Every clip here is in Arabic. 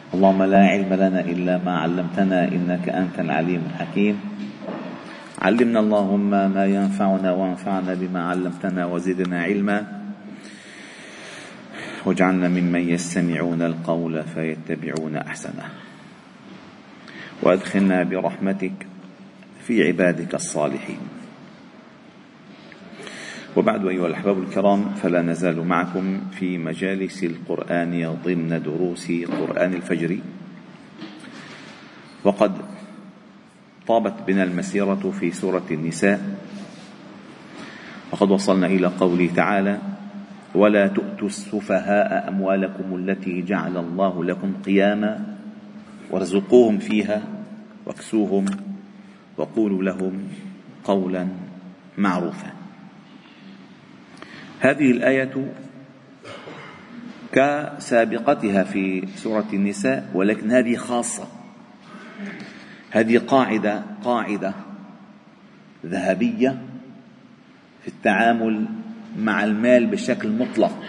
اللهم لا علم لنا إلا ما علمتنا إنك أنت العليم الحكيم. علمنا اللهم ما ينفعنا وانفعنا بما علمتنا وزدنا علما، واجعلنا ممن يستمعون القول فيتبعون أحسنه، وأدخلنا برحمتك في عبادك الصالحين. وبعد، أيها الأحباب الكرام، فلا نزال معكم في مجالس القرآن ضمن دروس قرآن الفجر، وقد طابت بنا المسيرة في سورة النساء، وقد وصلنا إلى قوله تعالى: ولا تؤتوا السفهاء أموالكم التي جعل الله لكم قياما وارزقوهم فيها واكسوهم وقولوا لهم قولا معروفا. هذه الآية كسابقتها في سورة النساء، ولكن هذه خاصة. هذه قاعدة ذهبية في التعامل مع المال بشكل مطلق،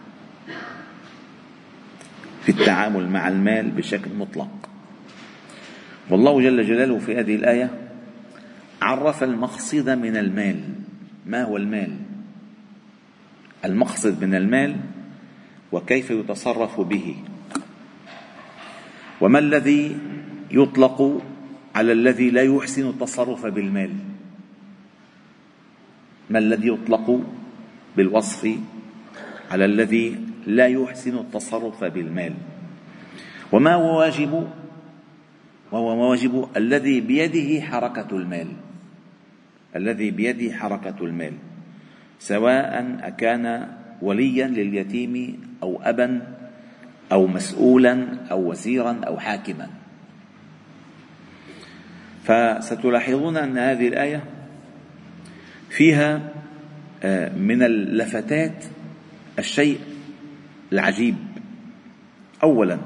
والله جل جلاله في هذه الآية عرف المقصد من المال. ما هو المال؟ المقصد من المال وكيف يتصرف به، وما الذي يطلق على الذي لا يحسن التصرف بالمال، ما الذي يطلق بالوصف على الذي لا يحسن التصرف بالمال، وما هو واجب الذي بيده حركة المال، سواء أكان وليا لليتيم أو أبا أو مسؤولا أو وزيرا أو حاكما. فستلاحظون أن هذه الآية فيها من اللفتات الشيء العجيب. أولا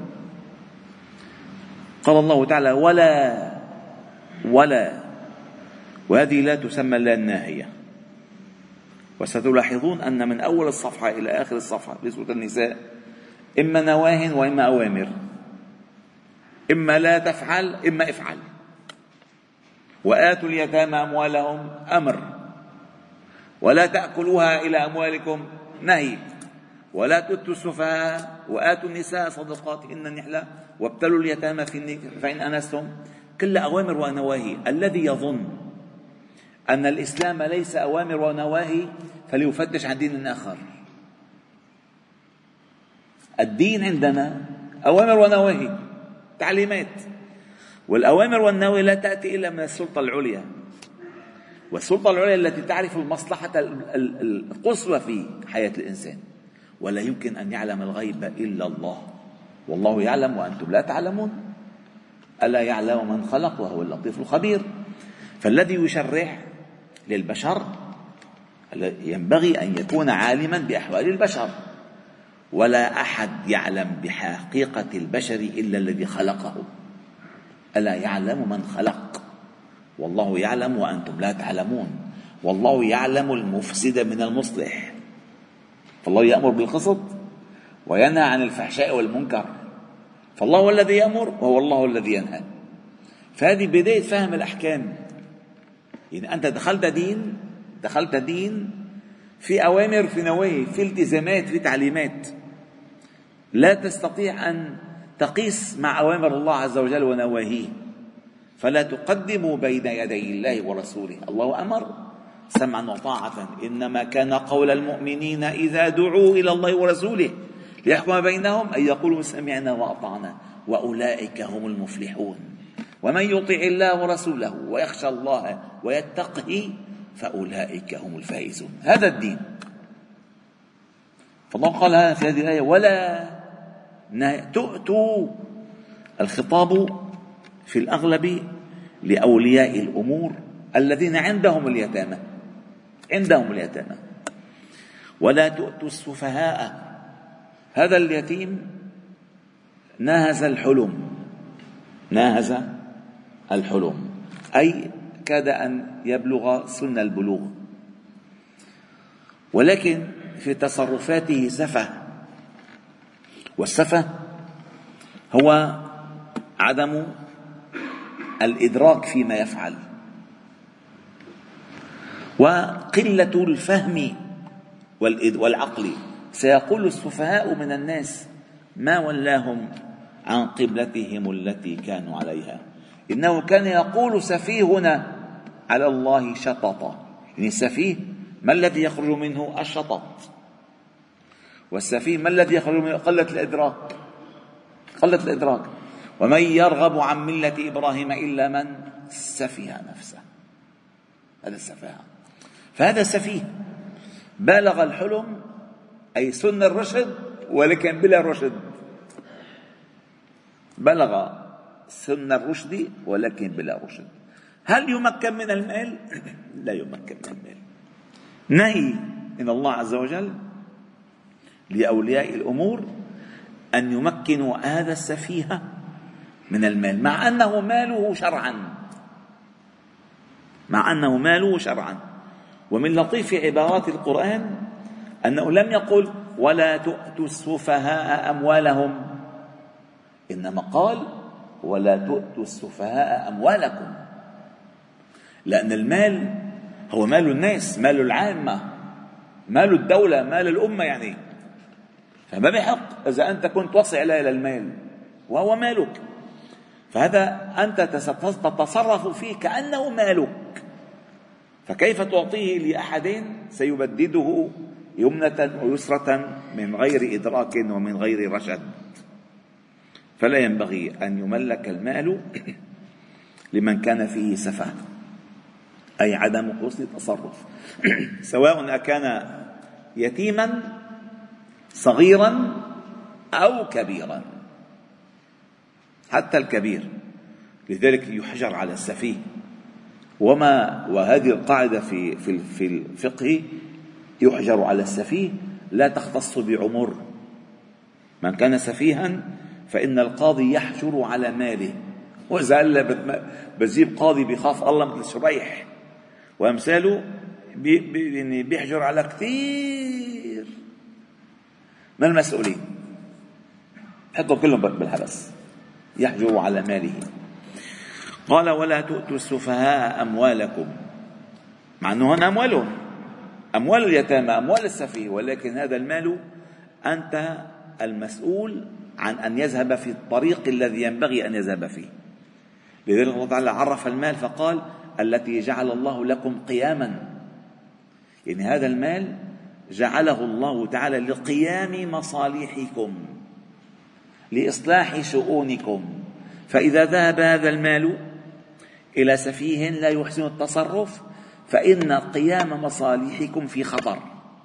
قال الله تعالى ولا، وهذه لا تسمى لا الناهية. وستلاحظون أن من أول الصفحة إلى آخر الصفحة في سورة النساء إما نواه وإما أوامر، إما لا تفعل إما افعل. وآتوا اليتامى أموالهم أمر، ولا تأكلوها إلى أموالكم نهي، ولا تؤتوا السفهاء، وآتوا النساء صدقاتهن نحلة، وابتلوا اليتامى فإن أنستم. كل أوامر ونواهي. الذي يظن أن الإسلام ليس أوامر ونواهي فليفتش عن دين آخر. الدين عندنا أوامر ونواهي، تعليمات، والأوامر والنواهي لا تأتي إلا من السلطة العليا، والسلطة العليا التي تعرف المصلحة القصوى في حياة الإنسان. ولا يمكن أن يعلم الغيب إلا الله، والله يعلم وأنتم لا تعلمون. ألا يعلم من خلق وهو اللطيف الخبير. فالذي يشرع للبشر ينبغي أن يكون عالما بأحوال البشر، ولا أحد يعلم بحقيقة البشر إلا الذي خلقه. ألا يعلم من خلق، والله يعلم وأنتم لا تعلمون. والله يعلم المفسد من المصلح. فالله يأمر بالقسط وينهى عن الفحشاء والمنكر. فالله هو الذي يأمر وهو الله الذي ينهى. فهذه بداية فهم الأحكام. يعني أنت دخلت دين في أوامر، في نواهي، في التزامات، في تعليمات. لا تستطيع أن تقيس مع أوامر الله عز وجل ونواهيه. فلا تقدموا بين يدي الله ورسوله. الله أمر سمعا وطاعة. إنما كان قول المؤمنين إذا دعوا إلى الله ورسوله ليحكم بينهم أن يقولوا سمعنا وأطعنا وأولئك هم المفلحون. ومن يطع الله ورسوله ويخشى الله ويتقه فأولئك هم الفائزون. هذا الدين. فالله قال في هذه الآية ولا تؤتوا. الخطاب في الأغلب لأولياء الأمور الذين عندهم اليتامى. ولا تؤتوا السفهاء. هذا اليتيم ناهز الحلم، أي كاد أن يبلغ سن البلوغ، ولكن في تصرفاته سفه. والسفه هو عدم الإدراك فيما يفعل، وقلة الفهم والعقل. سيقول السفهاء من الناس ما ولاهم عن قبلتهم التي كانوا عليها، إنه كان يقول سفيهنا على الله شططا. يعني السفيه ما الذي يخرج منه؟ الشطط. والسفيه ما الذي يخرج منه؟ قلة الإدراك. ومن يرغب عن ملة إبراهيم إلا من سفه نفسه. هذا السفاهة. فهذا سفيه بالغ الحلم، أي سن الرشد ولكن بلا رشد. بلغ سن الرشد ولكن بلا رشد. هل يمكن من المال؟ لا يمكن من المال. نهي من الله عز وجل لأولياء الأمور أن يمكنوا هذا السفيه من المال، مع أنه ماله شرعا. ومن لطيف عبارات القرآن أنه لم يقل ولا تؤتوا السفهاء أموالهم، إنما قال ولا تؤتوا السفهاء أموالكم، لأن المال هو مال الناس، مال العامة، مال الدولة، مال الأمة يعني. فما بحق إذا أنت كنت وصي إلى المال وهو مالك، فهذا أنت تتصرف فيه كأنه مالك، فكيف تعطيه لأحد سيبدده يمنة ويسرة من غير إدراك ومن غير رشد؟ فلا ينبغي أن يملك المال لمن كان فيه سفه، أي عدم حسن التصرف، سواء أكان يتيما صغيرا أو كبيرا، حتى الكبير. لذلك يحجر على السفيه. وهذه القاعدة في الفقه، يحجر على السفيه لا تختص بعمر. من كان سفيها فإن القاضي يحجر على ماله. وإذا هلا بتجيب قاضي بيخاف الله مثل شريح وأمثاله، بيحجر على كثير من المسؤولين، حطوا كلهم بالحبس، يحجر على ماله. قال ولا تؤتوا السفهاء أموالكم، مع أنه هنا أموالهم، أموال اليتامى، أموال السفيه، ولكن هذا المال أنت المسؤول عن أن يذهب في الطريق الذي ينبغي أن يذهب فيه. لذلك الله تعالى عرف المال فقال التي جعل الله لكم قياما، يعني هذا المال جعله الله تعالى لقيام مصالحكم، لإصلاح شؤونكم. فإذا ذهب هذا المال إلى سفيه لا يحسن التصرف فإن قيام مصالحكم في خطر،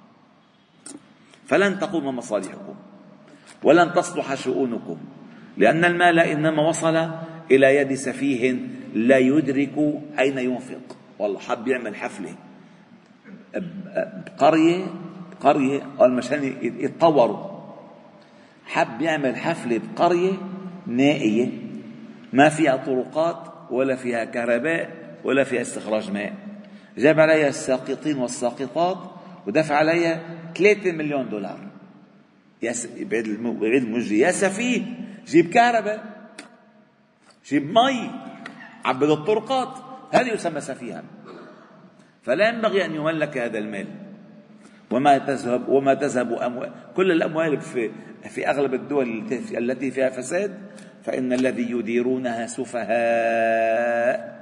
فلن تقوم مصالحكم ولن تصلح شؤونكم، لأن المال إنما وصل إلى يد سفيه لا يدرك أين ينفق. والله حب يعمل حفلة بقرية المشان يتطوروا، حب يعمل حفلة بقرية نائية ما فيها طرقات ولا فيها كهرباء ولا فيها استخراج ماء، جاب عليها الساقطين والساقطات ودفع عليها 3 مليون دولار. بعيد المجري يا سفيه جيب كهرباء، جيب مي، عبد الطرقات، هذا يسمى سفيها. فلا ينبغي أن يملك هذا المال. وما تذهب أموال، كل الأموال في أغلب الدول التي فيها فساد فإن الذي يديرونها سفهاء،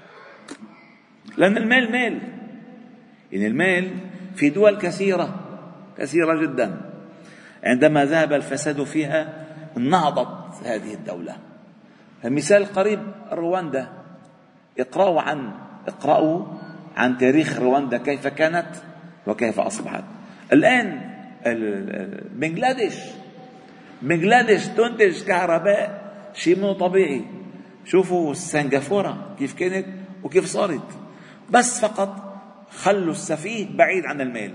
لأن المال مال، يعني المال في دول كثيرة جدا عندما ذهب الفساد فيها نهضت هذه الدولة. المثال القريب رواندا، اقرأوا عن تاريخ رواندا كيف كانت وكيف أصبحت. الآن بنغلاديش تنتج كهرباء شيء مو طبيعي. شوفوا سنغافورة كيف كانت وكيف صارت، بس فقط خلوا السفيه بعيد عن المال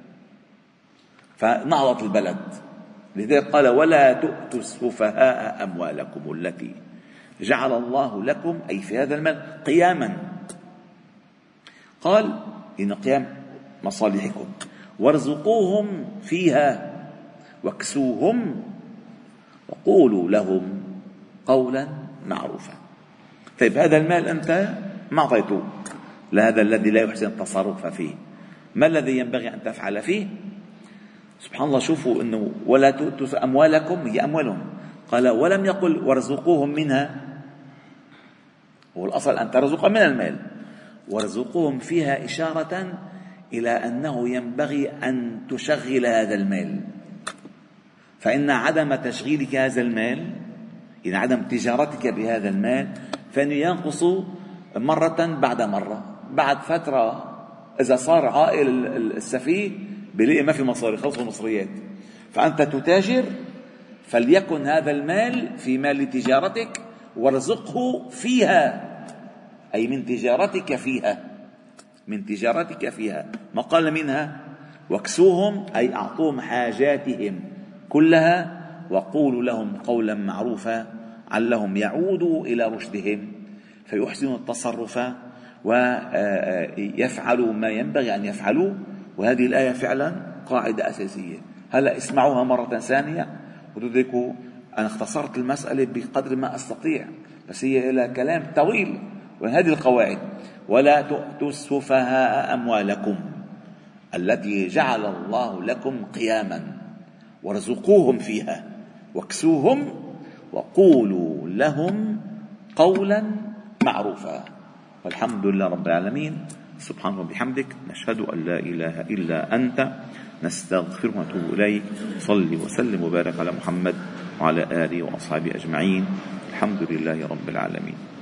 فنهضت البلد. لذلك قال ولا تؤتوا السفهاء أموالكم التي جعل الله لكم، أي في هذا المال قياما. قال إن قيام مصالحكم، وارزقوهم فيها واكسوهم وقولوا لهم قولا معروفا. طيب هذا المال أنت ما أعطيته لهذا الذي لا يحسن التصرف فيه، ما الذي ينبغي أن تفعل فيه؟ سبحان الله، شوفوا أنه ولا تؤتوا أموالكم، هي أموالهم، قال ولم يقل وارزقوهم منها، والأصل أن ترزق من المال، وارزقوهم فيها إشارة إلى أنه ينبغي أن تشغل هذا المال، فإن عدم تشغيلك هذا المال، إن عدم تجارتك بهذا المال، فإنه ينقص مرة بعد مرة، بعد فترة إذا صار عائل السفيه بلاقي ما في مصاري، خلصوا المصريات، فأنت تتاجر، فليكن هذا المال في مال تجارتك وارزقه فيها، أي من تجارتك فيها، من تجارتك فيها، ما قال منها. واكسوهم أي أعطوهم حاجاتهم كلها، وقولوا لهم قولا معروفا علهم يعودوا إلى رشدهم فيحسنوا التصرف ويفعلوا ما ينبغي أن يفعلوا. وهذه الآية فعلا قاعدة أساسية. هلأ اسمعوها مرة ثانية وتدركوا أنا اختصرت المسألة بقدر ما أستطيع، بس هي إلى كلام طويل. وهذه القواعد: ولا تؤتوا السفهاء أموالكم التي جعل الله لكم قياما وارزقوهم فيها واكسوهم وقولوا لهم قولا معروفا. والحمد لله رب العالمين. سبحانه وبحمدك، نشهد أن لا إله إلا أنت، نستغفرك ونتوب إليك. صل وسلم وبارك على محمد وعلى آله وأصحابه أجمعين. الحمد لله رب العالمين.